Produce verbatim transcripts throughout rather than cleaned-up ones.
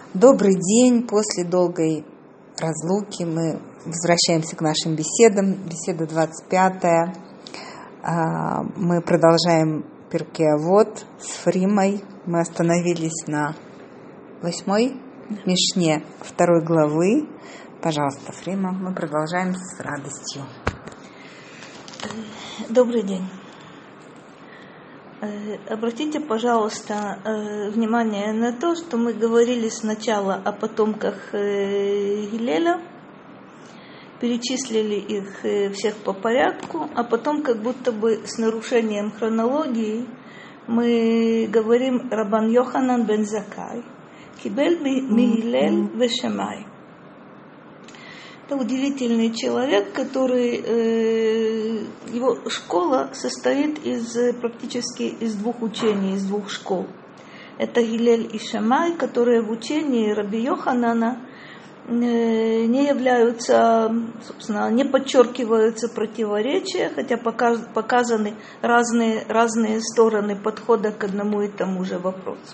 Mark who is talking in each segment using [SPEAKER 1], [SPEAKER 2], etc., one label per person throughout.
[SPEAKER 1] Добрый день. После долгой разлуки мы возвращаемся к нашим беседам. Беседа двадцать пятая. Мы продолжаем Перкей Авот с Фримой. Мы остановились на восьмой мишне второй главы. Пожалуйста, Фрима, мы продолжаем с радостью.
[SPEAKER 2] Добрый день. Обратите, пожалуйста, внимание на то, что мы говорили сначала о потомках Гилеля, перечислили их всех по порядку, а потом как будто бы с нарушением хронологии мы говорим Рабан Йоханан бен Заккай, Кибель ми-Гилель ве-Шемай. Это удивительный человек, который, э, его школа состоит из, практически из двух учений, из двух школ. Это Гилель и Шемай, которые в учении Раби Йоханана э, не являются, собственно, не подчеркиваются противоречия, хотя показ, показаны разные, разные стороны подхода к одному и тому же вопросу.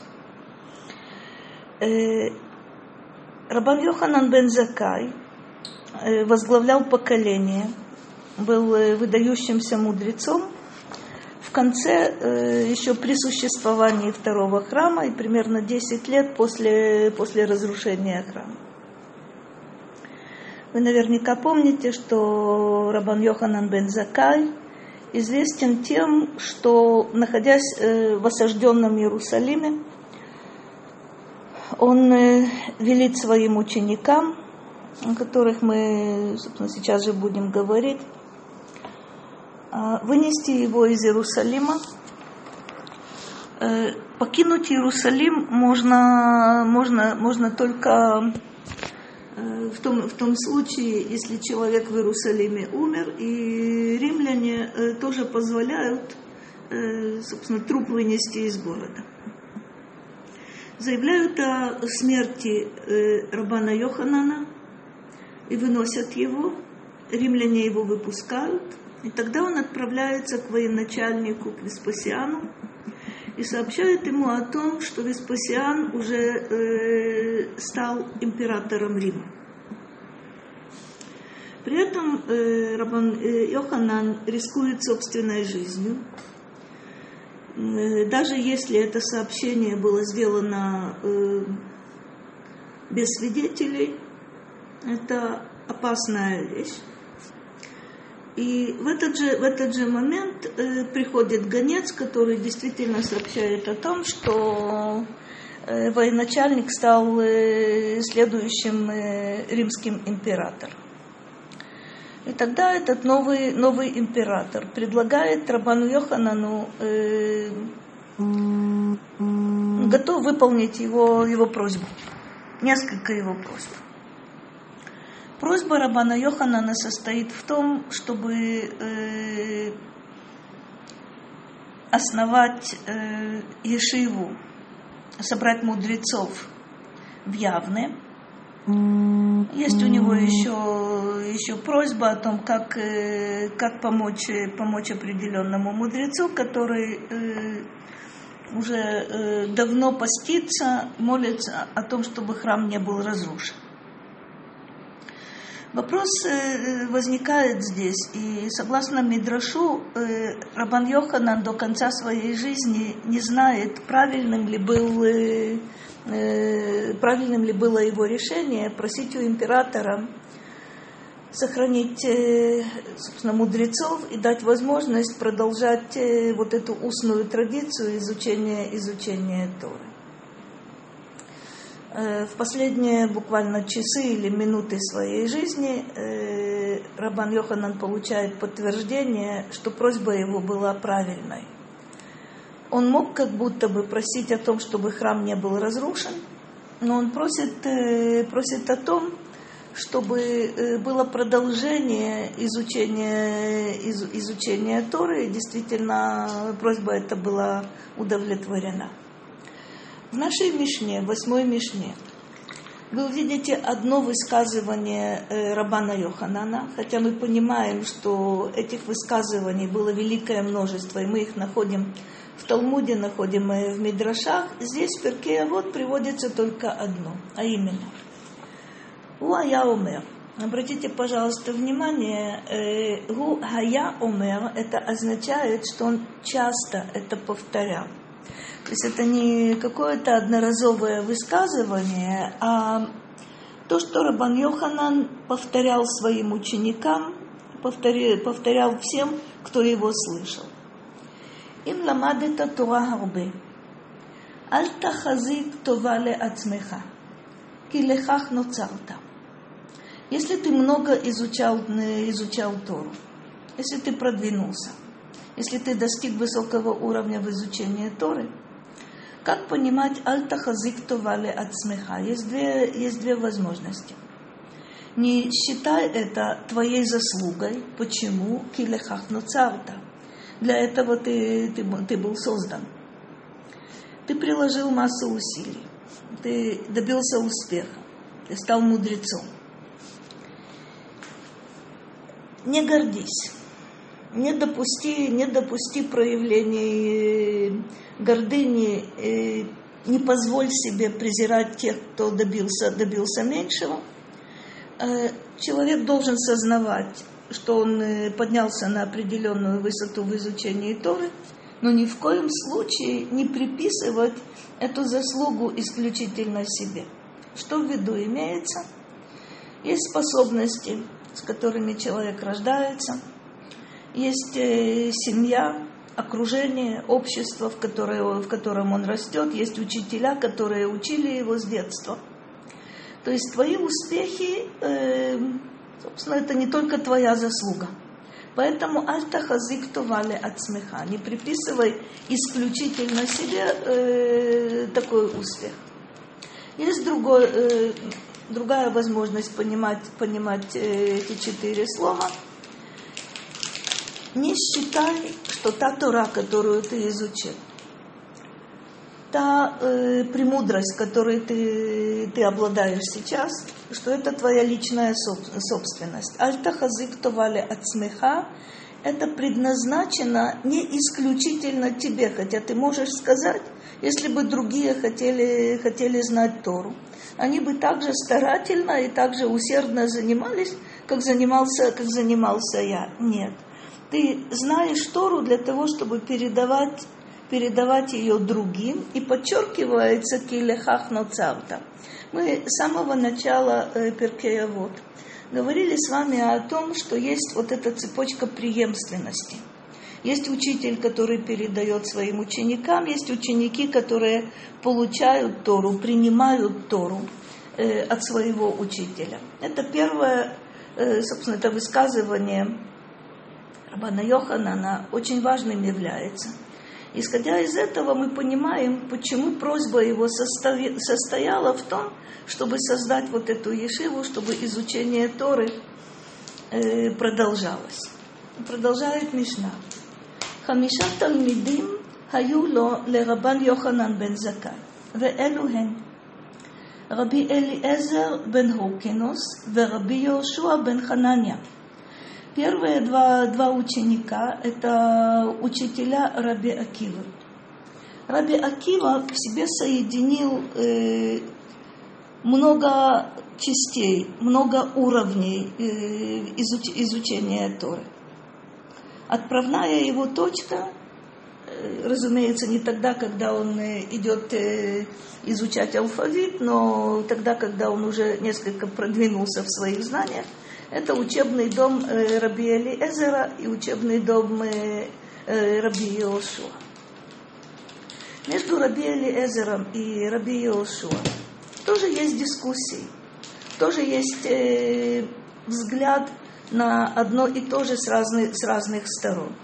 [SPEAKER 2] Э, Рабан Йоханан бен Заккай возглавлял поколение, был выдающимся мудрецом в конце, еще при существовании второго храма и примерно десять лет после, после разрушения храма. Вы наверняка помните, что Рабан Йоханан бен Заккай известен тем, что, находясь в осажденном Иерусалиме, он велит своим ученикам, о которых мы, собственно, сейчас же будем говорить, вынести его из Иерусалима. Покинуть Иерусалим можно, можно, можно только в том, в том случае, если человек в Иерусалиме умер, и римляне тоже позволяют, собственно, труп вынести из города. Заявляют о смерти Рабана Йоханана и выносят его, римляне его выпускают, и тогда он отправляется к военачальнику, к Веспасиану, и сообщает ему о том, что Веспасиан уже э, стал императором Рима. При этом э, Рабан э, Йоханан рискует собственной жизнью. Э, даже если это сообщение было сделано э, без свидетелей, это опасная вещь. И в этот же, в этот же момент э, приходит гонец, который действительно сообщает о том, что э, военачальник стал э, следующим э, римским императором. И тогда этот новый, новый император предлагает Рабану Йоханану, э, готов выполнить его, его просьбу, несколько его просьб. Просьба Рабана Йоханана состоит в том, чтобы э, основать э, ешиву, собрать мудрецов в Явне. Есть у него еще, еще просьба о том, как, э, как помочь, помочь определенному мудрецу, который э, уже э, давно постится, молится о том, чтобы храм не был разрушен. Вопрос возникает здесь, и согласно Мидрашу, Рабан Йоханан до конца своей жизни не знает, правильным ли, был, правильным ли было его решение просить у императора сохранить, собственно, мудрецов и дать возможность продолжать вот эту устную традицию изучения, изучения Торы. В последние буквально часы или минуты своей жизни э, Рабан Йоханан получает подтверждение, что просьба его была правильной. Он мог как будто бы просить о том, чтобы храм не был разрушен, но он просит, э, просит о том, чтобы э, было продолжение изучения, из, изучения Торы, и действительно просьба эта была удовлетворена. В нашей Мишне, в восьмой Мишне, вы увидите одно высказывание Рабана Йоханана, хотя мы понимаем, что этих высказываний было великое множество, и мы их находим в Талмуде находим, в Мидрашах. Здесь в Перкей Авот приводится только одно, а именно «Гу хая омер». Обратите, пожалуйста, внимание, «Гу хая омер» это означает, что он часто это повторял. То есть это не какое-то одноразовое высказывание, а то, что Рабан Йоханан повторял своим ученикам, повторял, повторял всем, кто его слышал. «Им ламадета Тора харбе, аль тахазик това леацмеха, ки лехах ноцарта». Если ты много изучал, изучал Тору, если ты продвинулся, если ты достиг высокого уровня в изучении Торы, как понимать аль-тахазик това леацмеха? Есть две, есть две возможности. Не считай это твоей заслугой. Почему? Ки лехах ноцарта. Для этого ты, ты, ты был создан. Ты приложил массу усилий. Ты добился успеха. Ты стал мудрецом. Не гордись. Не допусти, не допусти проявлений гордыни, не позволь себе презирать тех, кто добился, добился меньшего. Человек должен сознавать, что он поднялся на определенную высоту в изучении Торы, но ни в коем случае не приписывать эту заслугу исключительно себе. Что в виду имеется? Есть способности, с которыми человек рождается, есть семья, окружение, общество, в, которое, в котором он растет, есть учителя, которые учили его с детства. То есть твои успехи, э, собственно, это не только твоя заслуга. Поэтому аль-тахазик това леацмеха, не приписывай исключительно себе э, такой успех. Есть другой, э, другая возможность понимать, понимать э, эти четыре слова. Не считай, что та Тора, которую ты изучил, та э, премудрость, которой ты, ты обладаешь сейчас, что это твоя личная собственность. Аль-тахазик това леацмеха, это предназначено не исключительно тебе, хотя ты можешь сказать, если бы другие хотели, хотели знать Тору, они бы также старательно и также усердно занимались, как занимался, как занимался я. Нет. Ты знаешь Тору для того, чтобы передавать, передавать ее другим, и подчеркивается ки лехах ноцарта. Мы с самого начала э, Перкей Авот говорили с вами о том, что есть вот эта цепочка преемственности. Есть учитель, который передает своим ученикам, есть ученики, которые получают Тору, принимают Тору э, от своего учителя. Это первое, э, собственно, это высказывание Рабана Йоханана очень важным является. Исходя из этого, мы понимаем, почему просьба его состоя- состояла в том, чтобы создать вот эту ешиву, чтобы изучение Торы э, продолжалось. Продолжает Мишна. Хамиша талмидим хаю ло лерабан Йоханан бен Закай, ואלו הן רבי אליעזר בן הורקנוס ורבי יהושע бен Хананья. Первые два, два ученика – это учителя Раби Акивы. Раби Акива в себе соединил э, много частей, много уровней э, изуч, изучения Торы. Отправная его точка, э, разумеется, не тогда, когда он э, идет э, изучать алфавит, но тогда, когда он уже несколько продвинулся в своих знаниях, это учебный дом э, Раби Элиэзера и учебный дом э, э, Раби Йеошуа. Между Раби Элиэзером и Раби Йеошуа тоже есть дискуссии, тоже есть э, взгляд на одно и то же с разных, с разных сторон.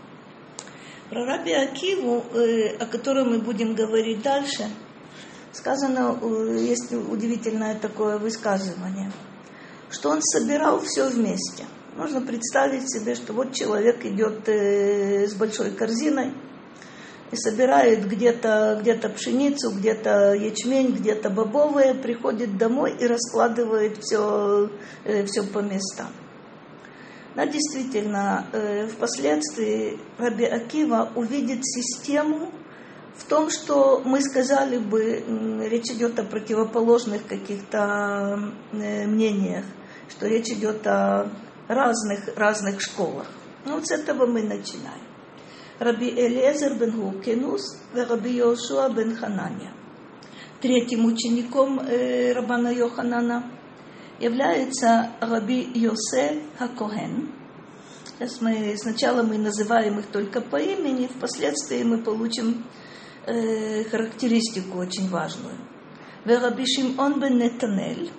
[SPEAKER 2] Про Раби Акиву, э, о котором мы будем говорить дальше, сказано, э, есть удивительное такое высказывание, что он собирал все вместе. Можно представить себе, что вот человек идет э, с большой корзиной и собирает где-то, где-то пшеницу, где-то ячмень, где-то бобовые, приходит домой и раскладывает все, э, все по местам. Да, действительно, э, впоследствии Раби Акива увидит систему в том, что мы сказали бы, речь идет о противоположных каких-то э, мнениях, что речь идет о разных, разных школах. Ну, вот с этого мы начинаем. Раби Элиэзер бен Гуркенус и Раби Йошуа бен Хананья. Третьим учеником э, Рабана Йоханана является Раби Йосе ха-Коген. Сейчас мы, сначала мы называем их только по имени, впоследствии мы получим э, характеристику очень важную. Ве Раби Шимон бен Нетанель.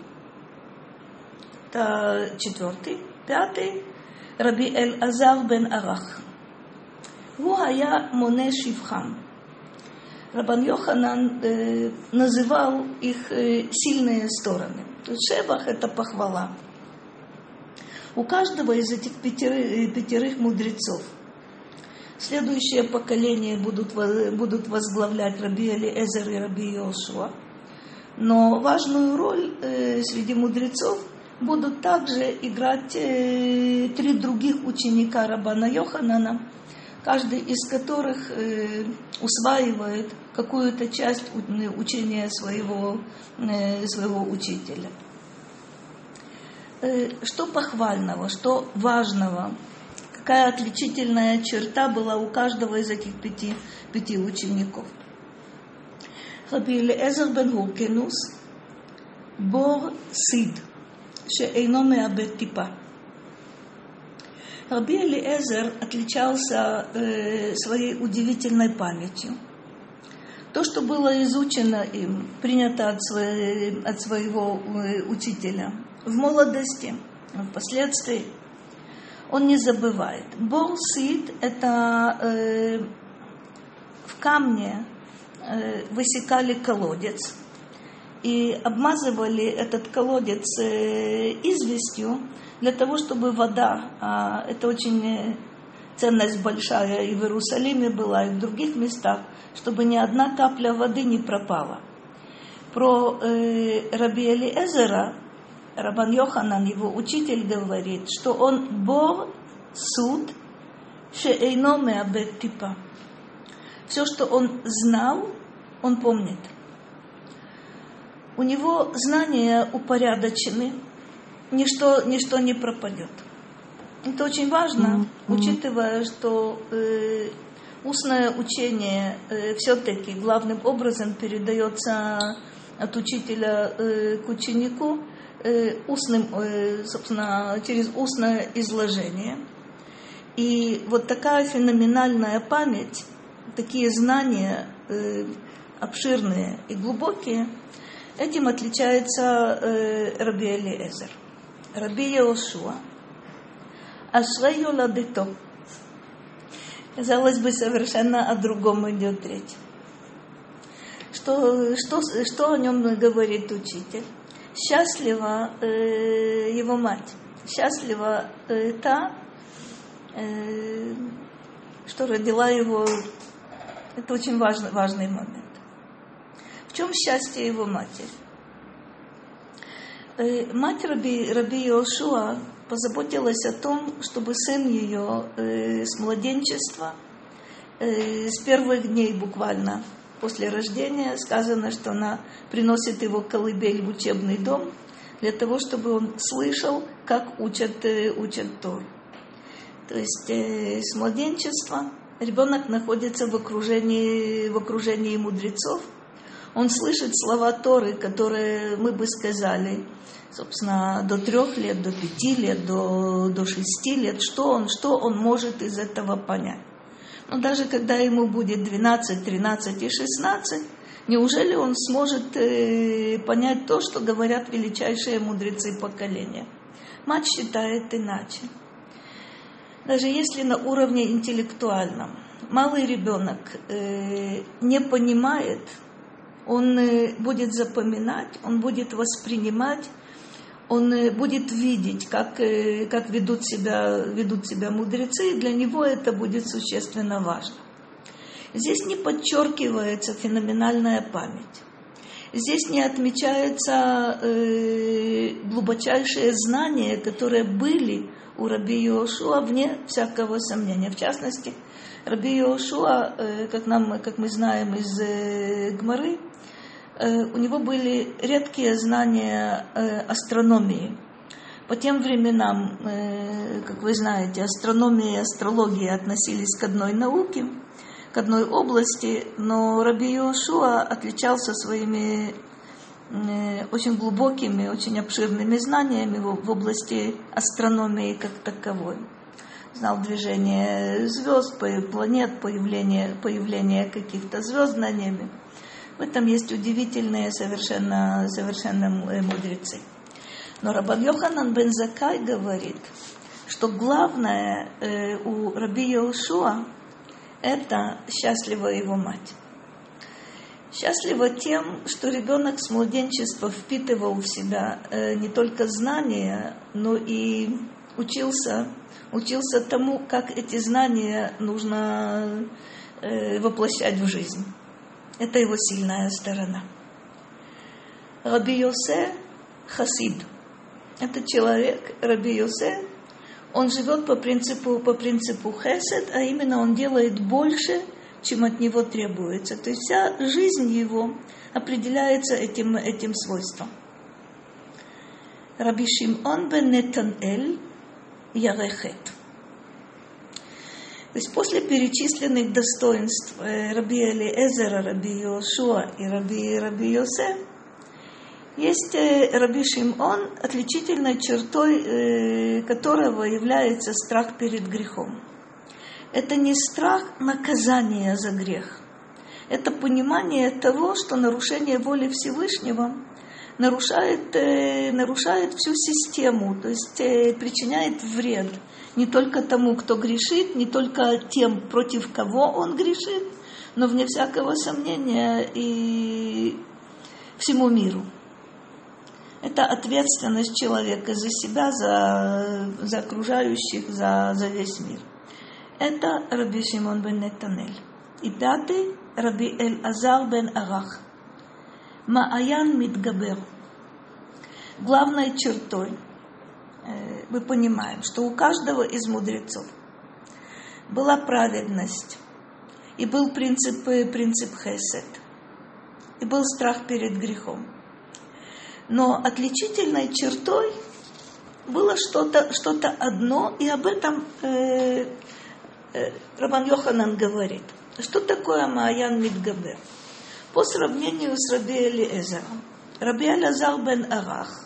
[SPEAKER 2] Это четвертый. Пятый. Раби Эль-Азар бен Арах. הוא היה מונה שבחם. Рабан Йоханан э, называл их э, сильные стороны. То есть шевах – это похвала. У каждого из этих пятерых, пятерых мудрецов следующее поколение будут, будут возглавлять Раби Элиэзер и Раби Йошуа. Но важную роль э, среди мудрецов будут также играть э, три других ученика Рабана Йоханана, каждый из которых э, усваивает какую-то часть учения своего, э, своего учителя. Э, что похвального, что важного, какая отличительная черта была у каждого из этих пяти, пяти учеников? Раби Элиэзер бен Гуркенус бор сид шеэйно меабед типа. Раби Элиэзер отличался э, своей удивительной памятью. То, что было изучено им, принято от, своей, от своего э, учителя в молодости, впоследствии, он не забывает. Бор сид – это э, в камне э, высекали колодец и обмазывали этот колодец э, известью, для того, чтобы вода, а это очень ценность большая и в Иерусалиме была, и в других местах, чтобы ни одна капля воды не пропала. Про э, Раби Элиэзера Рабан Йоханан, его учитель, говорит, что он бор суд шеэйно меабед типа. Все, что он знал, он помнит. У него знания упорядочены, Ничто, ничто не пропадет. Это очень важно, mm-hmm. учитывая, что э, устное учение э, все-таки главным образом передается от учителя э, к ученику э, устным, э, собственно, через устное изложение. И вот такая феноменальная память, такие знания э, обширные и глубокие, этим отличается э, Раби Элиэзер. Раби Йошуа, ашрей йоладето. Казалось бы, совершенно о другом идет речь. Что, что, что о нем говорит учитель? Счастлива э, его мать. Счастлива э, та, э, что родила его. Это очень важный, важный момент. В чем счастье его матери? Мать Раби, Раби Йошуа позаботилась о том, чтобы сын ее э, с младенчества, э, с первых дней буквально после рождения, сказано, что она приносит его колыбель в учебный дом, для того, чтобы он слышал, как учат, э, учат Тору. То есть э, с младенчества ребенок находится в окружении, в окружении мудрецов, он слышит слова Торы, которые мы бы сказали, собственно, до трех лет, до пяти лет, до, до шести лет, что он, что он может из этого понять. Но даже когда ему будет двенадцать, тринадцать и шестнадцать, неужели он сможет э, понять то, что говорят величайшие мудрецы поколения? Мать считает иначе. Даже если на уровне интеллектуальном малый ребенок э, не понимает, он э, будет запоминать, он будет воспринимать, он э, будет видеть, как, э, как ведут себя, ведут себя мудрецы, и для него это будет существенно важно. Здесь не подчеркивается феноменальная память. Здесь не отмечаются э, глубочайшие знания, которые были у Раби Йошуа вне всякого сомнения. В частности, Раби Йошуа, как, нам, как мы знаем из Гмары, у него были редкие знания астрономии. По тем временам, как вы знаете, астрономия и астрология относились к одной науке, к одной области, но Раби Йошуа отличался своими очень глубокими, очень обширными знаниями в области астрономии как таковой. Знал движение звезд, планет, появление, появление каких-то звезд на небе. В этом есть удивительные совершенно, совершенно мудрецы. Но Рабан Йоханан бен Заккай говорит, что главное э, у Раби Йошуа – это счастлива его мать. Счастлива тем, что ребенок с младенчества впитывал в себя э, не только знания, но и учился, учился тому, как эти знания нужно э, воплощать в жизнь. Это его сильная сторона. Раби Йосе – хасид. Этот человек, Раби Йосе, он живет по принципу, по принципу хесед, а именно он делает больше, чем от него требуется. То есть вся жизнь его определяется этим, этим свойством. Раби Шимон бен Нетанель Ярехет. То есть после перечисленных достоинств Раби Элиэзера, Раби Йошуа и Раби, Раби Йосе, есть Раби Шимон, отличительной чертой которого является страх перед грехом. Это не страх наказания за грех. Это понимание того, что нарушение воли Всевышнего нарушает, нарушает всю систему, то есть причиняет вред не только тому, кто грешит, не только тем, против кого он грешит, но, вне всякого сомнения, и всему миру. Это ответственность человека за себя, за, за окружающих, за, за весь мир. Это Раби Шимон бен Нетанель. И пятый – Раби Эль-Азар бен Арах. Мааян мидгабер. Главной чертой э, мы понимаем, что у каждого из мудрецов была праведность, и был принцип, принцип хесед, и был страх перед грехом. Но отличительной чертой было что-то, что-то одно, и об этом э, э, Рабан Йоханан говорит. Что такое Мааян мидгабер? По сравнению с Раби Элиэзером, Раби Элазар бен Арах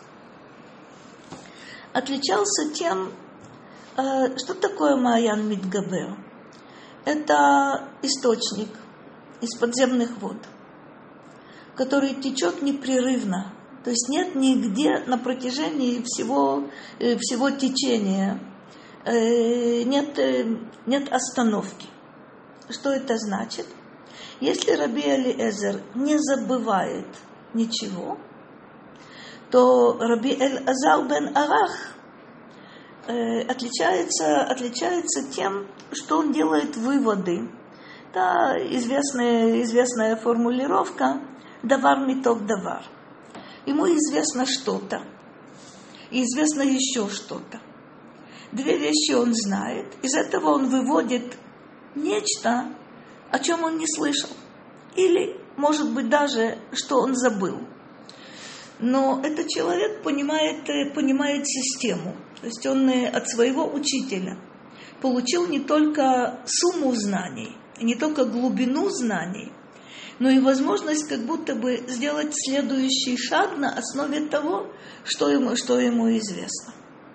[SPEAKER 2] отличался тем, э, что такое Мааян мидгабер. Это источник из подземных вод, который течет непрерывно. То есть нет нигде на протяжении всего, всего течения, нет, нет остановки. Что это значит? Если Раби Элиэзер не забывает ничего, то Раби Эль-Азар бен Арах отличается, отличается тем, что он делает выводы. Это известная, известная формулировка «давар миток давар». Ему известно что-то, и известно еще что-то. Две вещи он знает, из этого он выводит нечто, о чем он не слышал, или, может быть, даже, что он забыл. Но этот человек понимает, понимает систему, то есть он от своего учителя получил не только сумму знаний, не только глубину знаний, но и возможность как будто бы сделать следующий шаг на основе того, что ему, что ему известно.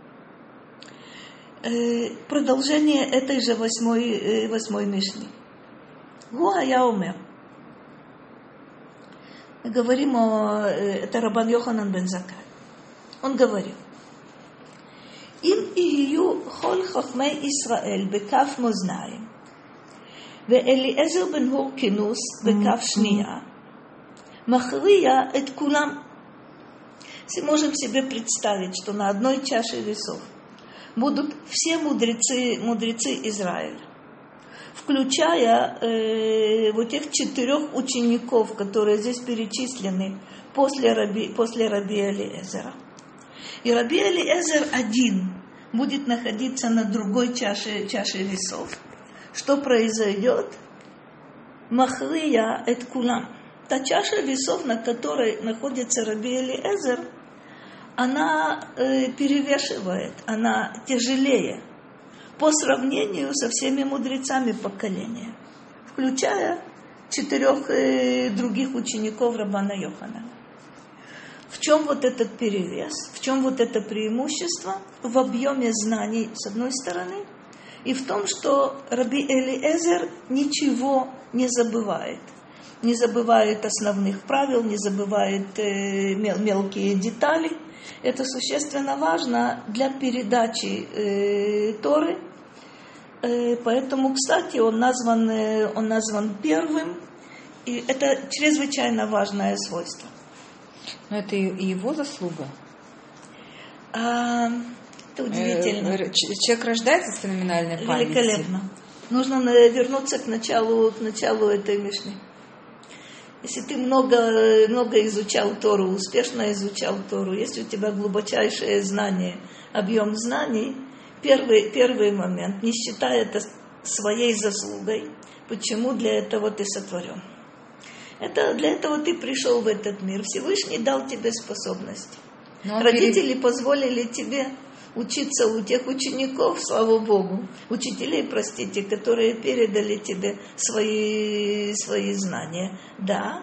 [SPEAKER 2] Э, продолжение этой же восьмой, э, восьмой мишни. Гу хая омер. Мы говорим о... Э, это Рабан Йоханан бен Заккай. Он говорит. Им ию хол хохмей Исраэль бекаф мознаим. ואליעזר בן הור כינוס בכף שנייה, מכריע את כולם. Если можем себе представить, что на одной чаше весов будут все мудрецы, мудрецы Израиля, включая э, вот тех четырех учеников, которые здесь перечислены после Раби, после Раби Элиэзера. И Раби Элиэзер один будет находиться на другой чаше, чаше весов, что произойдет? Махрия эт кулам. Та чаша весов, на которой находится Раби Элиэзер, она э, перевешивает, она тяжелее по сравнению со всеми мудрецами поколения, включая четырех э, других учеников Рабана Йоханана. В чем вот этот перевес, в чем вот это преимущество? В объеме знаний, с одной стороны, и в том, что Раби Элиэзер ничего не забывает. Не забывает основных правил, не забывает э, мел, мелкие детали. Это существенно важно для передачи э, Торы. Э, поэтому, кстати, он назван, э, он назван первым, и это чрезвычайно важное свойство.
[SPEAKER 1] Но это и его заслуга.
[SPEAKER 2] А, это удивительно.
[SPEAKER 1] Человек рождается с феноменальной памятью.
[SPEAKER 2] Великолепно. Нужно вернуться к началу, к началу этой мишны. Если ты много, много изучал Тору, успешно изучал Тору, если у тебя глубочайшее знание, объем знаний, первый, первый момент, не считай это своей заслугой, почему для этого ты сотворен. Это, для этого ты пришел в этот мир. Всевышний дал тебе способности. Но родители перед... позволили тебе учиться у тех учеников, слава Богу, учителей, простите, которые передали тебе свои, свои знания. Да,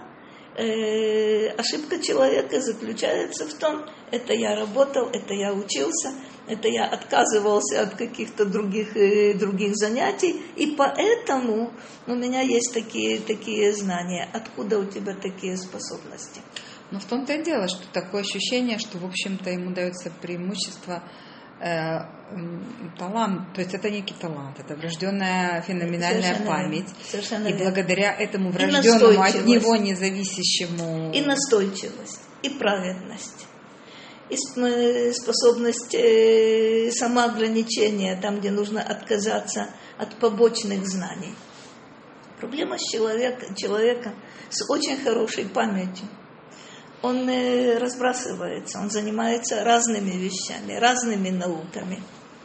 [SPEAKER 2] э, ошибка человека заключается в том, это я работал, это я учился, это я отказывался от каких-то других, э, других занятий, и поэтому у меня есть такие, такие знания. Откуда у тебя такие способности?
[SPEAKER 1] Но в том-то и дело, что такое ощущение, что, в общем-то, ему дается преимущество э, талант, то есть это некий талант, это врожденная феноменальная Совершенно память. Верно. Совершенно и верно. Благодаря этому врожденному, от него независящему...
[SPEAKER 2] И настойчивость, и праведность, и способность э, самоограничения, там, где нужно отказаться от побочных знаний. Проблема с человека, человека с очень хорошей памятью. Он э, разбрасывается, он занимается разными вещами, разными науками.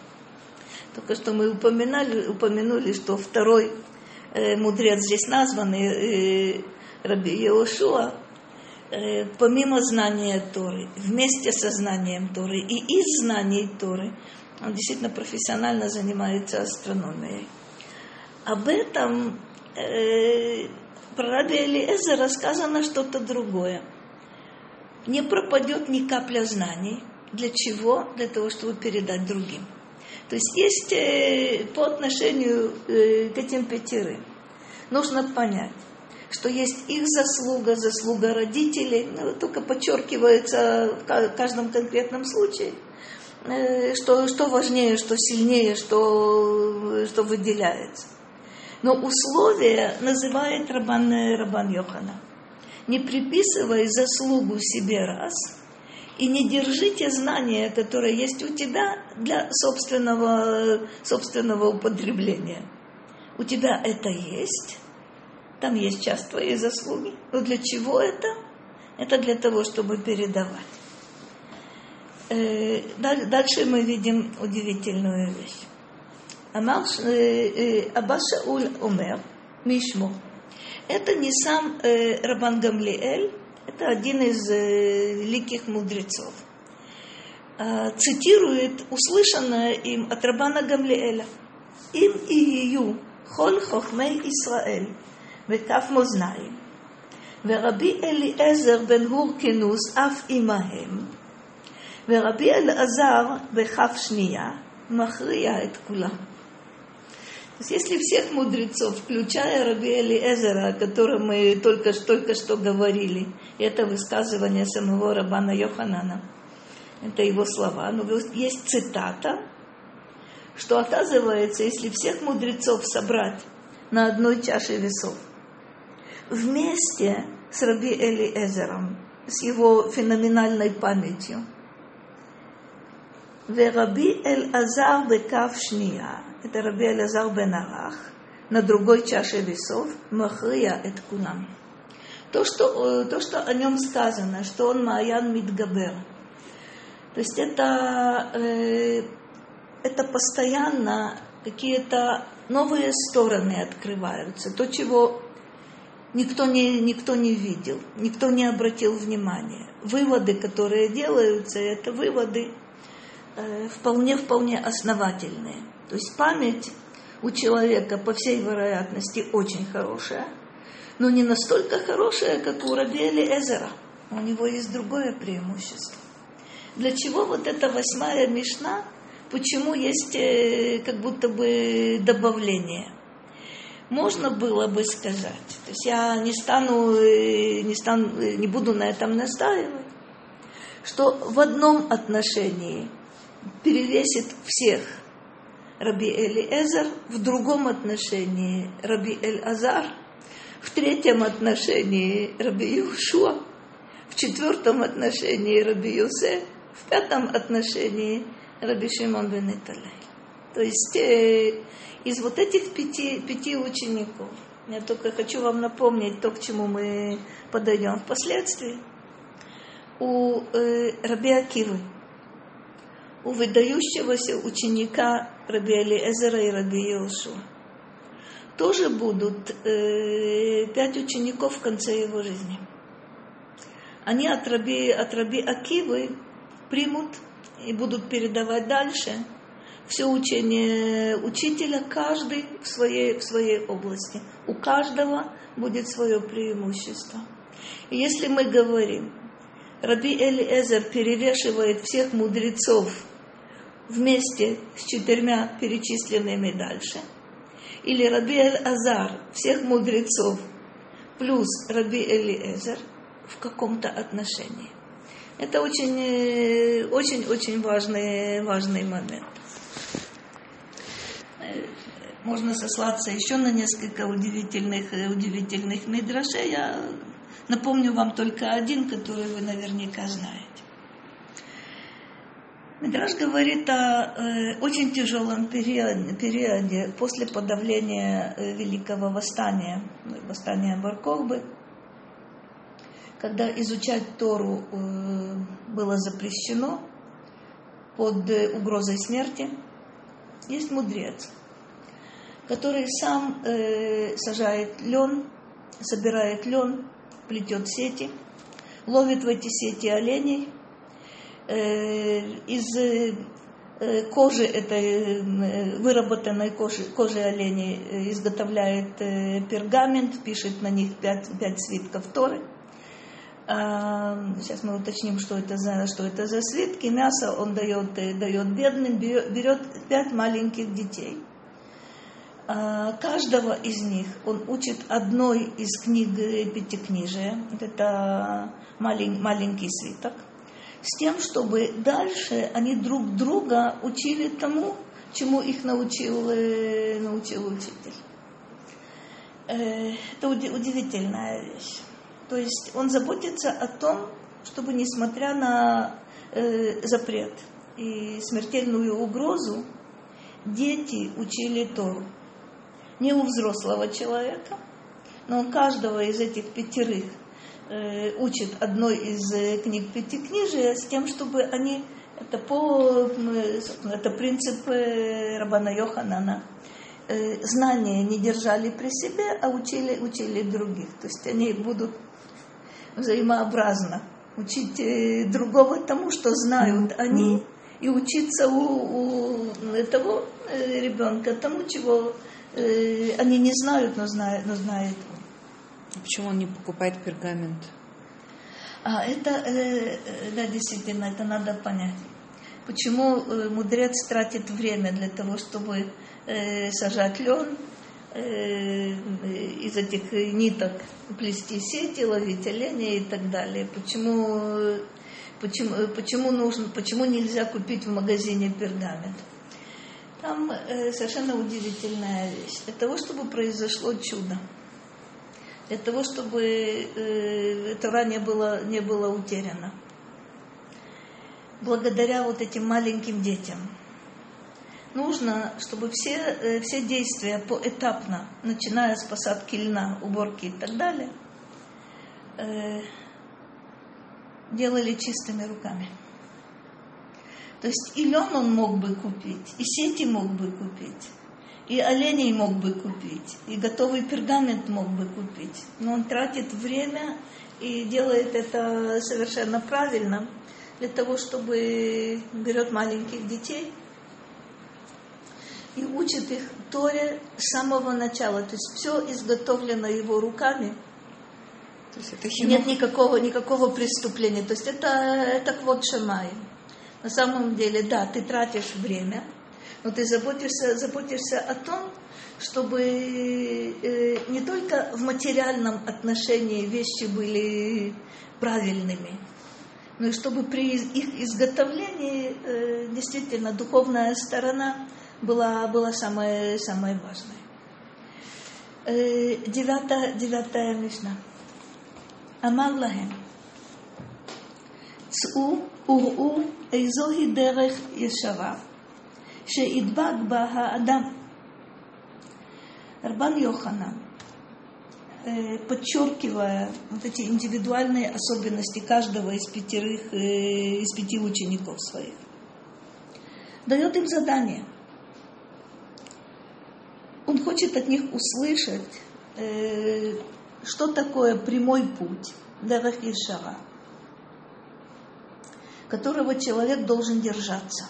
[SPEAKER 2] Только что мы упоминали, упомянули, что второй э, мудрец здесь названный, э, Раби Йеошуа, э, помимо знания Торы, вместе со знанием Торы и из знаний Торы, он действительно профессионально занимается астрономией. Об этом э, про Раби Элиэзера сказано что-то другое. Не пропадет ни капля знаний. Для чего? Для того, чтобы передать другим. То есть есть э, по отношению э, к этим пятерым. Нужно понять, что есть их заслуга, заслуга родителей, ну, только подчеркивается в каждом конкретном случае, э, что, что важнее, что сильнее, что, что выделяется. Но условия называет Рабан, Рабан Йоханан. Не приписывай заслугу себе раз, и не держите знания, которые есть у тебя, для собственного, собственного употребления. У тебя это есть, там есть часть твоей заслуги. Но для чего это? Это для того, чтобы передавать. Дальше мы видим удивительную вещь. Абба Шауль омер мишмо. Это не сам э, Рабан Гамлиэль, это один из э, великих мудрецов. Э, цитирует услышанное им от Рабана Гамлиэля. Им ию холь хохмей Исраэль векав мознаим ורבי אליעזר בן הורקנוס אף עמהם ורבי אלעזר בכף שנייה מכריע את כולם. То есть, если всех мудрецов, включая Раби Элиэзера, о котором мы только, только что говорили, это высказывание самого Рабана Йоханана, это его слова, но есть цитата, что оказывается, если всех мудрецов собрать на одной чаше весов, вместе с Раби Элиэзером, с его феноменальной памятью, «Вераби Эль-Азар бекав шния», это Раби Элазар бен Арах, на другой чаше весов, «Махрия эт кулам». То, что, то, что о нем сказано, что он Маян Мидгабер. То есть это э, это постоянно какие-то новые стороны открываются, то, чего никто не, никто не видел, никто не обратил внимания. Выводы, которые делаются, это выводы э, вполне-вполне основательные. То есть память у человека, по всей вероятности, очень хорошая, но не настолько хорошая, как у Раби Элиэзера. У него есть другое преимущество. Для чего вот эта восьмая мишна? Почему есть э, как будто бы добавление? Можно было бы сказать, то есть я не стану, э, не стану, э, не буду на этом настаивать, что в одном отношении перевесит всех Раби Элиэзер, в другом отношении Раби Эль-Азар, в третьем отношении Раби Йошуа, в четвертом отношении Раби Йосеф, в пятом отношении Раби Шимон бен Италай. То есть э, из вот этих пяти, пяти учеников, я только хочу вам напомнить то, к чему мы подойдем впоследствии, у э, Раби Акивы, у выдающегося ученика Раби Элиэзера и Раби Йошуа, тоже будут э, пять учеников в конце его жизни. Они от Раби, от Раби Акивы примут и будут передавать дальше все учение учителя, каждый в своей, в своей области. У каждого будет свое преимущество. И если мы говорим, Раби Элиэзер перевешивает всех мудрецов вместе с четырьмя перечисленными дальше, или Раби Эль-Азар всех мудрецов плюс Раби Элиэзер в каком-то отношении. Это очень, очень, очень важный, важный момент. Можно сослаться еще на несколько удивительных, удивительных мидрашей. Я напомню вам только один, который вы наверняка знаете. Мидраш говорит о э, очень тяжелом периоде, периоде после подавления э, Великого Восстания, восстания Бар-Кохбы, когда изучать Тору э, было запрещено под э, угрозой смерти. Есть мудрец, который сам э, сажает лен, собирает лен, плетет сети, ловит в эти сети оленей, э, из э, кожи этой э, выработанной кожи, кожи оленей э, изготовляет э, пергамент, пишет на них пять, пять свитков Торы. Сейчас мы уточним, что это за, что это за свитки. Мясо он дает, дает бедным, берет пять маленьких детей. Каждого из них он учит одной из книг Пятикнижия. Это малень, маленький свиток. С тем, чтобы дальше они друг друга учили тому, чему их научил, научил учитель. Это удивительная вещь. То есть он заботится о том, чтобы, несмотря на э, запрет и смертельную угрозу, дети учили Тору. Не у взрослого человека, но он каждого из этих пятерых э, учит одной из э, книг Пятикнижия с тем, чтобы они, это, по, э, это принцип э, Рабана Йоханана, э, знания не держали при себе, а учили, учили других. То есть они будут взаимообразно учить другого тому, что знают они, и учиться у, у того ребенка тому, чего э, они не знают, но знает, но знает он.
[SPEAKER 1] Почему он не покупает пергамент?
[SPEAKER 2] А это, э, да, действительно, это надо понять. Почему э, мудрец тратит время для того, чтобы э, сажать лен, из этих ниток плести сети, ловить оленей и так далее. Почему, почему, почему, нужно, почему нельзя купить в магазине пергамент? Там э, совершенно удивительная вещь. Для того, чтобы произошло чудо, для того, чтобы э, Тора не было, не было утеряна, благодаря вот этим маленьким детям, нужно, чтобы все, все действия поэтапно, начиная с посадки льна, уборки и так далее, э, делали чистыми руками. То есть и лен он мог бы купить, и сети мог бы купить, и оленей мог бы купить, и готовый пергамент мог бы купить. Но он тратит время и делает это совершенно правильно, для того, чтобы берет маленьких детей и учит их Торе с самого начала. То есть все изготовлено его руками.
[SPEAKER 1] То есть это
[SPEAKER 2] Нет никакого, никакого преступления. То есть это, это квот шамай. На самом деле, да, ты тратишь время, но ты заботишься, заботишься о том, чтобы э, не только в материальном отношении вещи были правильными, но и чтобы при их изготовлении э, действительно духовная сторона была, была самой, самой важной. Э, девятая, девятая мишна. Амар лахем. צאו וראו איזוהי דרך ישרה שידבק בה האדם. Рабан Йоханан, подчеркивая вот эти индивидуальные особенности каждого из пятерых, из пяти учеников своих, дает им задание. Он хочет от них услышать, что такое прямой путь, дерех йешара, которого человек должен держаться.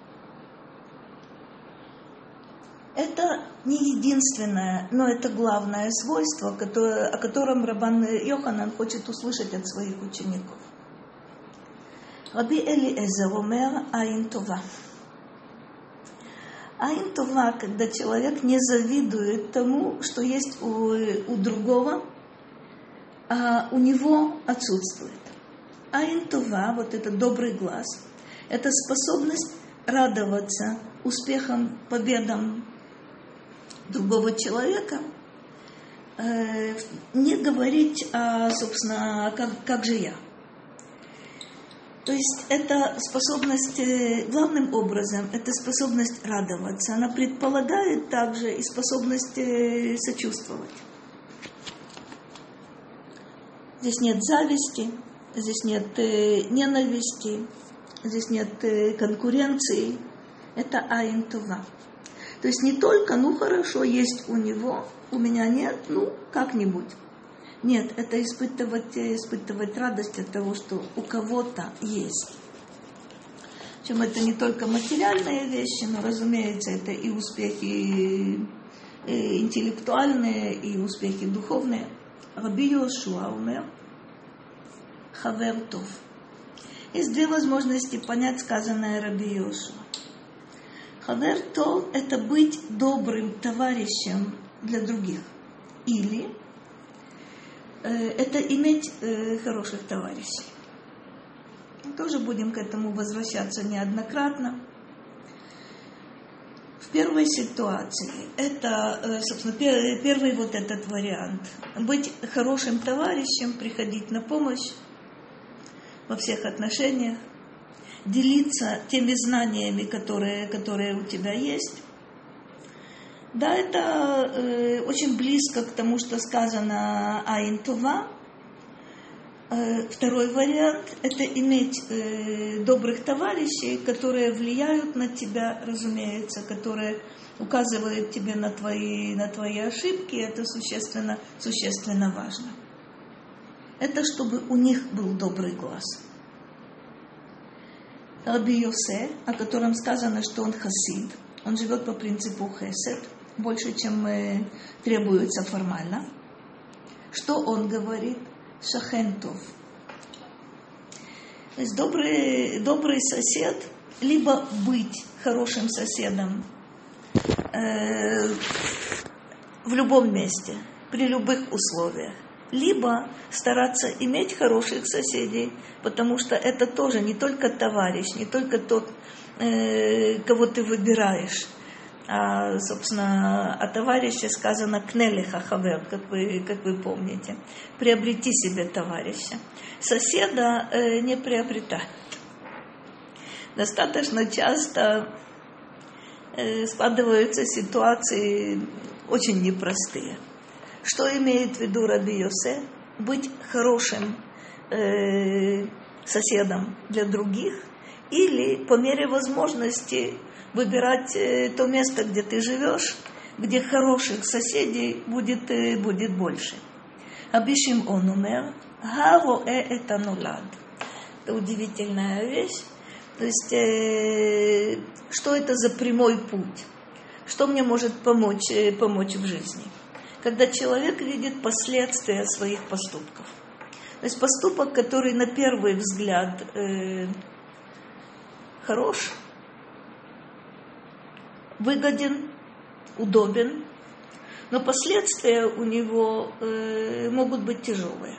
[SPEAKER 2] Это не единственное, но это главное свойство, которое, о котором Рабан Йоханан хочет услышать от своих учеников. Раби Элиэзер омер айн това. Айн това, когда человек не завидует тому, что есть у, у другого, а у него отсутствует. Айн това, вот этот добрый глаз, это способность радоваться успехам, победам другого человека, э, не говорить, а, собственно, как, как же я. То есть это способность, главным образом, это способность радоваться. Она предполагает также и способность сочувствовать. Здесь нет зависти, здесь нет ненависти, здесь нет конкуренции. Это айн това. То есть не только, ну хорошо, есть у него, у меня нет, ну как-нибудь. Нет, это испытывать, испытывать радость от того, что у кого-то есть. Причем это не только материальные вещи, но, разумеется, это и успехи и интеллектуальные, и успехи духовные. Раби Йошуа умер, хавер тов. Есть две возможности понять сказанное Раби Йошуа. Хавер тов – это быть добрым товарищем для других. Или э, это иметь э, хороших товарищей. Мы тоже будем к этому возвращаться неоднократно. В первой ситуации это, собственно, первый, первый вот этот вариант. Быть хорошим товарищем, приходить на помощь во всех отношениях, делиться теми знаниями, которые, которые у тебя есть. Да, это э, очень близко к тому, что сказано айн това. Э, второй вариант – это иметь э, добрых товарищей, которые влияют на тебя, разумеется, которые указывают тебе на твои, на твои ошибки. Это существенно, существенно важно. Это чтобы у них был добрый глаз. Раби Йосе, о котором сказано, что он хасид, он живет по принципу хесед, больше, чем требуется формально. Что он говорит? Шахен тов. То есть добрый, добрый сосед, либо быть хорошим соседом э, в любом месте, при любых условиях, либо стараться иметь хороших соседей, потому что это тоже не только товарищ, не только тот, э, кого ты выбираешь, а, собственно, о товарище сказано «кнелиха хавер», как вы, как вы помните. Приобрети себе товарища. Соседа э, не приобретать. Достаточно часто э, складываются ситуации очень непростые. Что имеет в виду Раби Йосе? Быть хорошим э, соседом для других или по мере возможности выбирать то место, где ты живешь, где хороших соседей будет, будет больше. Раби Шимон умер, хароэ это нулад. Это удивительная вещь. То есть, э, что это за прямой путь? Что мне может помочь, э, помочь в жизни? Когда человек видит последствия своих поступков. То есть поступок, который на первый взгляд э, хорош, выгоден, удобен, но последствия у него э, могут быть тяжелые.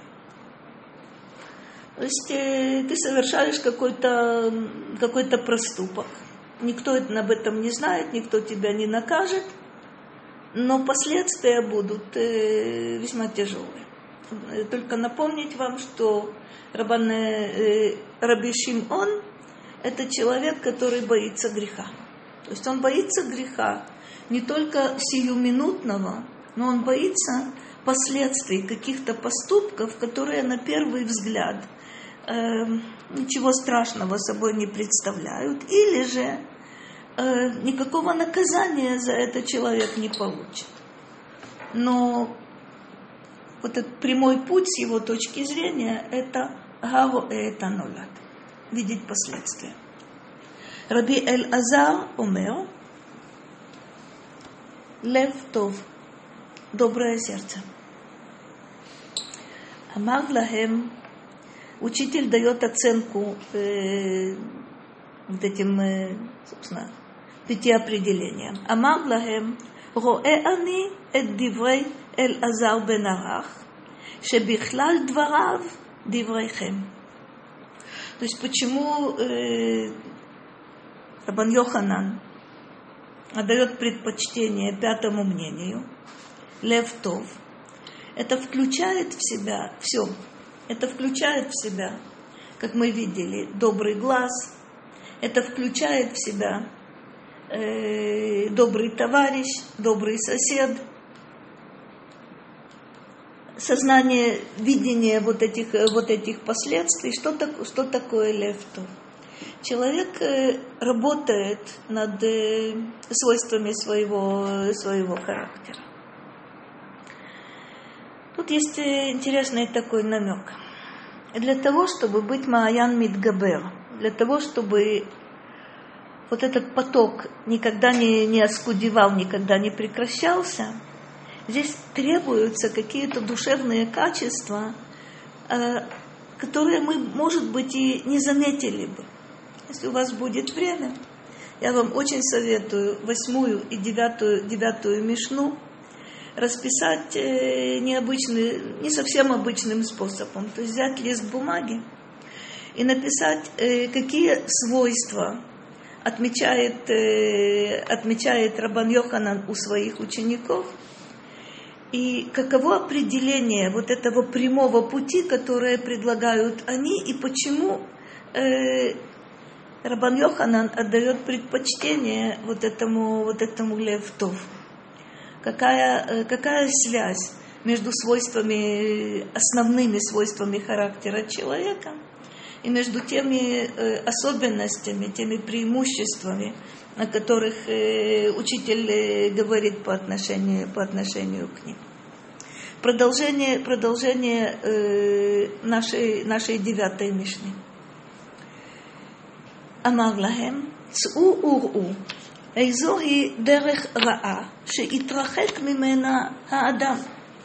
[SPEAKER 2] То есть э, ты совершаешь какой-то, какой-то проступок. Никто об этом не знает, никто тебя не накажет, но последствия будут э, весьма тяжелые. Только напомнить вам, что Рабан, э, Раби Шимон – это человек, который боится греха. То есть он боится греха не только сиюминутного, но он боится последствий каких-то поступков, которые на первый взгляд э, ничего страшного собой не представляют, или же э, никакого наказания за это человек не получит. Но вот этот прямой путь с его точки зрения – это гаво и это нулят, видеть последствия. Раби Эль-Азар умер, лев тов, доброе сердце. Амар лахем, учитель дает оценку э, вот этим, э, собственно, пяти определениям. Амар лахем, роэ ани эт диврей Эль-Азар бен Арах, шебихлал дварав диврейхем. То есть почему э, Рабан Йоханан отдает предпочтение пятому мнению, лев тов, это включает в себя все. Это включает в себя, как мы видели, добрый глаз, это включает в себя э, добрый товарищ, добрый сосед, сознание, видение вот этих, вот этих последствий. Что, так, что такое лев тов? Человек работает над свойствами своего, своего характера. Тут есть интересный такой намек. Для того, чтобы быть Мааян Мидгабер, для того, чтобы вот этот поток никогда не, не оскудевал, никогда не прекращался, здесь требуются какие-то душевные качества, которые мы, может быть, и не заметили бы. Если у вас будет время, я вам очень советую восьмую и девятую, девятую мишну расписать необычный, не совсем обычным способом. То есть взять лист бумаги и написать, какие свойства отмечает, отмечает Рабан Йоханан у своих учеников, и каково определение вот этого прямого пути, которое предлагают они, и почему э, Рабан Йоханан отдает предпочтение вот этому, вот этому лев тов. Какая, какая связь между свойствами, основными свойствами характера человека и между теми особенностями, теми преимуществами, о которых учитель говорит по отношению, по отношению к ним. Продолжение, продолжение нашей, нашей девятой мишны. Амар лахем, צאו וראו, איזו היא דרך רעה שהתרחק ממנה האדם.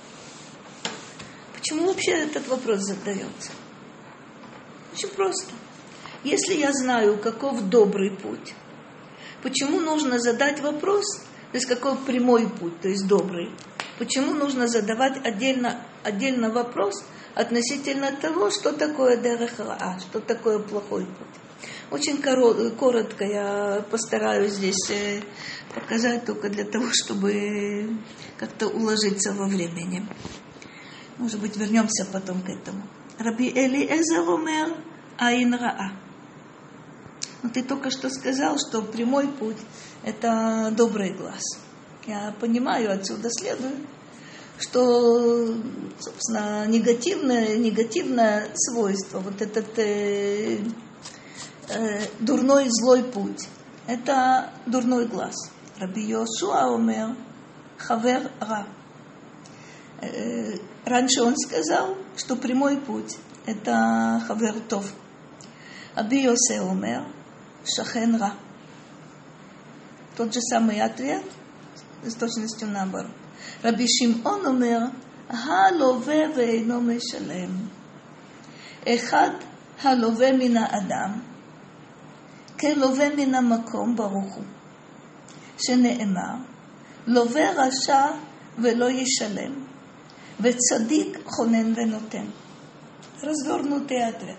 [SPEAKER 2] Почему вообще этот вопрос задается? Очень просто. Если я знаю, каков добрый путь, почему нужно задать вопрос, то есть какой прямой путь, то есть добрый, почему нужно задавать отдельно, отдельно вопрос относительно того, что такое дерех раа, что такое плохой путь. Очень коротко я постараюсь здесь показать только для того, чтобы как-то уложиться во времени. Может быть, вернемся потом к этому. Раби Элиэзер умер айн раа. Но ты только что сказал, что прямой путь – это добрый глаз. Я понимаю, отсюда следует, что, собственно, негативное, негативное свойство, вот этот э, э, дурной злой путь – это дурной глаз. Раби Йошуа омер хавер ра. Э, раньше он сказал, что прямой путь – это хавер тов. Раби Йосе омер шахен ра. Тот же самый ответ с точностью наоборот. Раби Шимон омер הלווה ואינו משלם. אחד הלווה מן האדם, כלווה מן המקום ברוך הוא. שנאמר, לווה רשע ולא ישלם, וצדיק חונן ונותן. Развернутый ответ.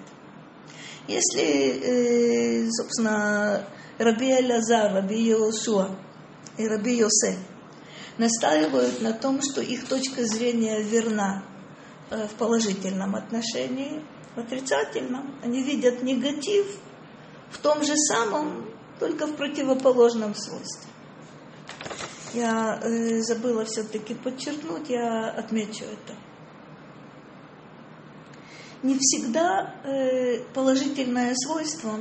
[SPEAKER 2] Если, собственно, Раби Элазар, Раби Йошуа и Раби Йосе настаивают на том, что их точка зрения верна в положительном отношении, в отрицательном. Они видят негатив в том же самом, только в противоположном свойстве. Я э, забыла все-таки подчеркнуть, я отмечу это. Не всегда э, положительное свойство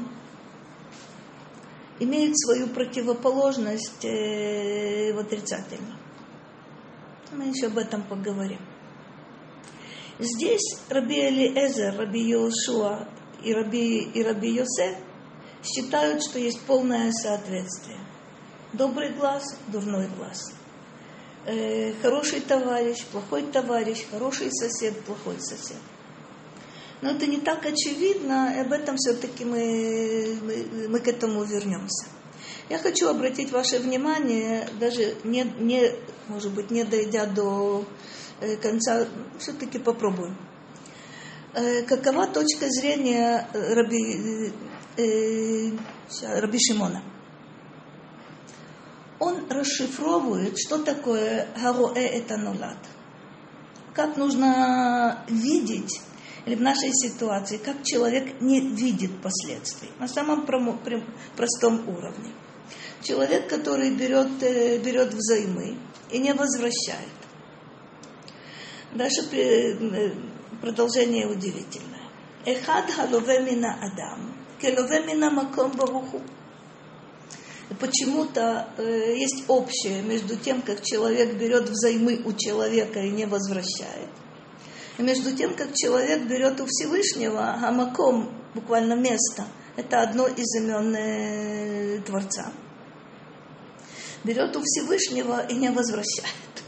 [SPEAKER 2] имеет свою противоположность э, в отрицательном. Мы еще об этом поговорим. Здесь Раби Элиэзер, Раби Йошуа и Раби, и Раби Йосе считают, что есть полное соответствие. Добрый глаз, дурной глаз. Э, хороший товарищ, плохой товарищ, хороший сосед, плохой сосед. Но это не так очевидно, и об этом все-таки мы, мы, мы к этому вернемся. Я хочу обратить ваше внимание, даже не, не, может быть, не дойдя до конца, все-таки попробуем. Какова точка зрения Раби, э, Раби Шимона? Он расшифровывает, что такое «хароэ эт анолад». Как нужно видеть, или в нашей ситуации, как человек не видит последствий, на самом простом уровне. Человек, который берет, берет взаймы и не возвращает. Дальше продолжение удивительное. Эхад халове мина адам, келове мина маком баруху. Почему-то э, есть общее между тем, как человек берет взаймы у человека и не возвращает, и между тем, как человек берет у Всевышнего, а маком, буквально место, это одно из имен э, Творца. Берет у Всевышнего и не возвращает.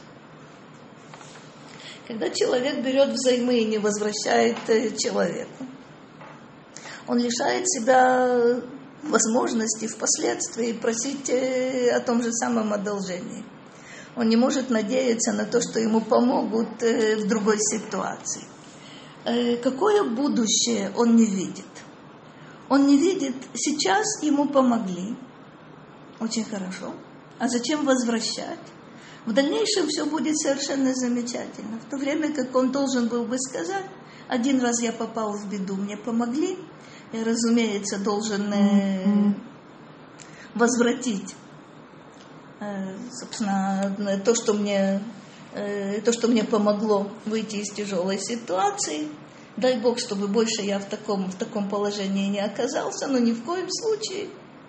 [SPEAKER 2] Когда человек берет взаймы и не возвращает э, человеку, он лишает себя возможности впоследствии просить о том же самом одолжении. Он не может надеяться на то, что ему помогут в другой ситуации. Какое будущее он не видит? Он не видит, сейчас ему помогли. Очень хорошо. А зачем возвращать? В дальнейшем все будет совершенно замечательно. В то время как он должен был бы сказать, один раз я попал в беду, мне помогли, я, разумеется, должен э, возвратить, э, собственно, то, что мне, э, то, что мне помогло выйти из тяжелой ситуации. Дай Бог, чтобы больше я в таком, в таком положении не оказался, но ни в коем случае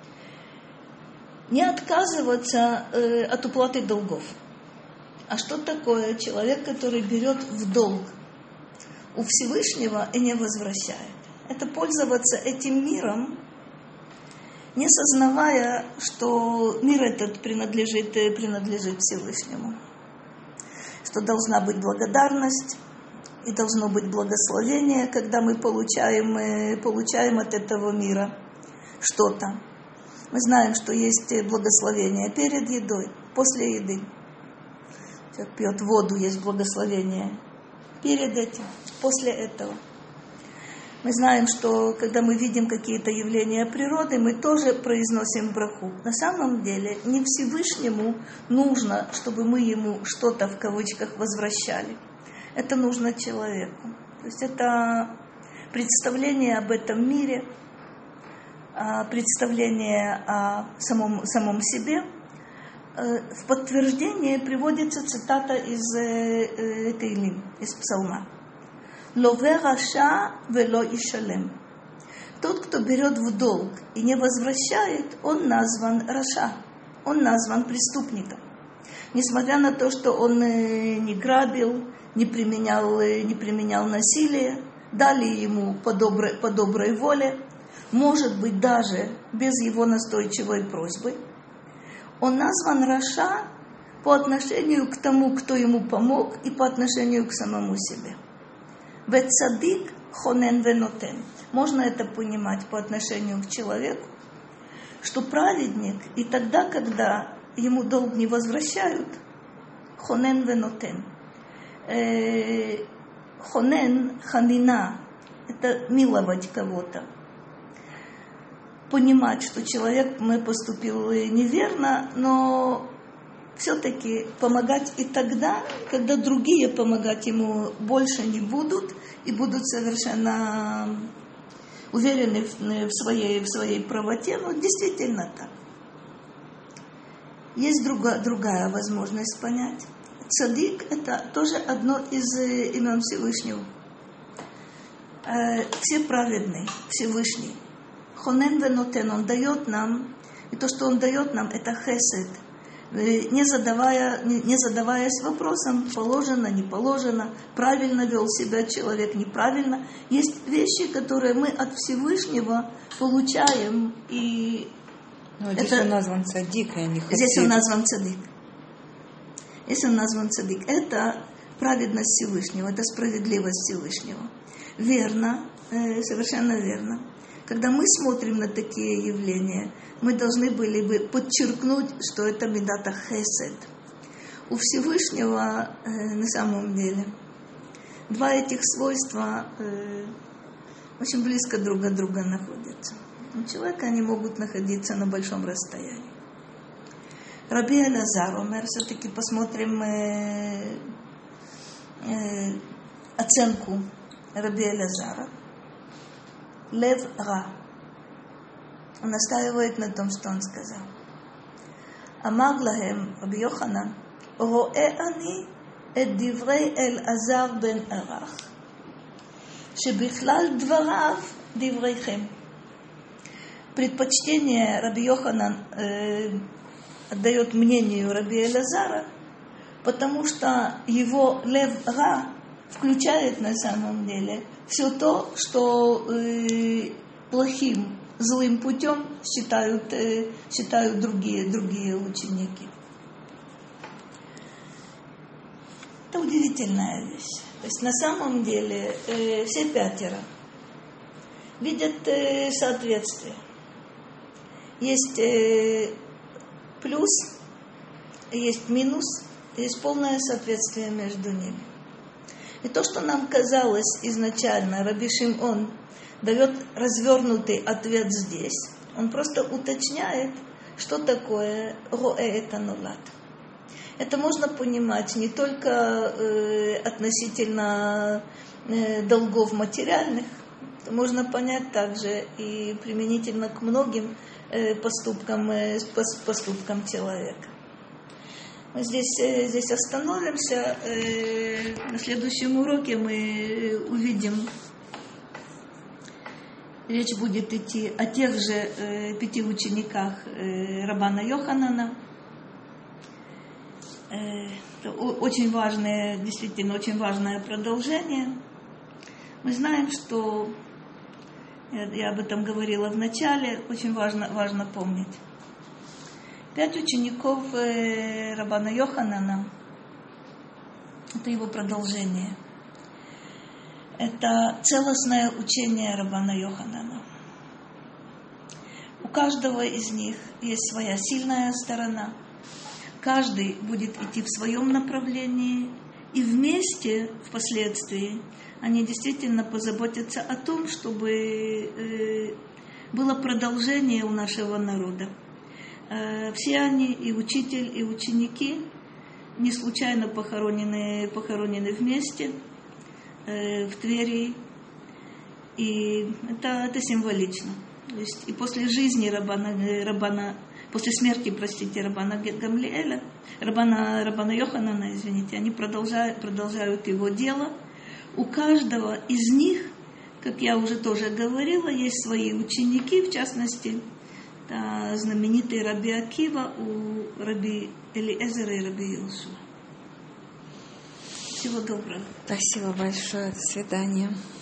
[SPEAKER 2] не отказываться э, от уплаты долгов. А что такое человек, который берет в долг у Всевышнего и не возвращает? Это пользоваться этим миром, не сознавая, что мир этот принадлежит, принадлежит Всевышнему. Что должна быть благодарность и должно быть благословение, когда мы получаем, получаем от этого мира что-то. Мы знаем, что есть благословение перед едой, после еды. Человек пьет воду, есть благословение перед этим, после этого. Мы знаем, что когда мы видим какие-то явления природы, мы тоже произносим браху. На самом деле не Всевышнему нужно, чтобы мы ему что-то в кавычках возвращали. Это нужно человеку. То есть это представление об этом мире, представление о самом, самом себе. В подтверждение приводится цитата из Теилим, из Псалма. «Лове раша вело ишалем». тот, кто берет в долг и не возвращает, он назван раша, он назван преступником. Несмотря на то, что он не грабил, не применял, не применял насилие, дали ему по доброй, по доброй воле, может быть, даже без его настойчивой просьбы, он назван раша по отношению к тому, кто ему помог, и по отношению к самому себе. Вет цадик хонен венотен. Можно это понимать по отношению к человеку, что праведник и тогда, когда ему долг не возвращают, хонен венотен. Э, хонен, ханина, это миловать кого-то. Понимать, что человек мы поступил неверно, но все-таки помогать и тогда, когда другие помогать ему больше не будут и будут совершенно уверены в, в, своей, в своей правоте. Ну, действительно так. Есть друга, другая возможность понять. Цадик – это тоже одно из имен Всевышнего. Э, все праведные, Всевышний. Хонен венотен, он дает нам, и то, что он дает нам, это хесед. Не, задавая, не, не задаваясь вопросом, положено, не положено, правильно вел себя человек, неправильно. Есть вещи, которые мы от Всевышнего получаем. И
[SPEAKER 1] но здесь это, он назван цадик, а не хасид.
[SPEAKER 2] Здесь он назван цадик. Здесь он назван цадик. Это праведность Всевышнего, это справедливость Всевышнего. Верно, э, совершенно верно. Когда мы смотрим на такие явления, мы должны были бы подчеркнуть, что это мидата хесед. У Всевышнего э, на самом деле два этих свойства э, очень близко друг от друга находятся. У человека они могут находиться на большом расстоянии. Раби Элазар Омер, все-таки посмотрим э, э, оценку Раби Элазара. Лев ра. Он настаивает на том, что он сказал. Амар лахем Раби Йоханан, роэ ани эт диврей Элазар бен Арах, шебихлал дварав диврейхем. Предпочтение Раби Йоханан э, отдает мнению Раби Элазара, потому что его лев ра включает на самом деле все то, что э, плохим, злым путем считают, э, считают другие, другие ученики. Это удивительная вещь. То есть на самом деле э, все пятеро видят э, соответствие. Есть э, плюс, есть минус, есть полное соответствие между ними. И то, что нам казалось изначально, Раби Шимон дает развернутый ответ здесь. Он просто уточняет, что такое роэ это нулат. Это можно понимать не только э, относительно э, долгов материальных, это можно понять также и применительно к многим э, поступкам, э, поступкам человека. Мы здесь, э, здесь остановимся. Э, на следующем уроке мы увидим, речь будет идти о тех же э, пяти учениках э, Рабана Йоханана. Э, это очень важное, действительно очень важное продолжение. Мы знаем, что, я, я об этом говорила в начале, очень важно, важно помнить. Пять учеников э, Рабана Йоханана, это его продолжение. Это целостное учение Рабана Йоханана. У каждого из них есть своя сильная сторона. Каждый будет идти в своем направлении. И вместе, впоследствии, они действительно позаботятся о том, чтобы э, было продолжение у нашего народа. Все они, и учитель, и ученики, не случайно похоронены, похоронены вместе э, в Твери. И это, это символично. То есть и после жизни Рабана, Рабана, после смерти, простите, Рабана Гамлиэля, Рабана, Рабана Йоханана, извините, они продолжают, продолжают его дело. У каждого из них как я уже тоже говорила, есть свои ученики, в частности, да, знаменитый Раби Акива у Раби Элиэзера и Раби Йошуа. Всего доброго.
[SPEAKER 1] Спасибо большое. До свидания.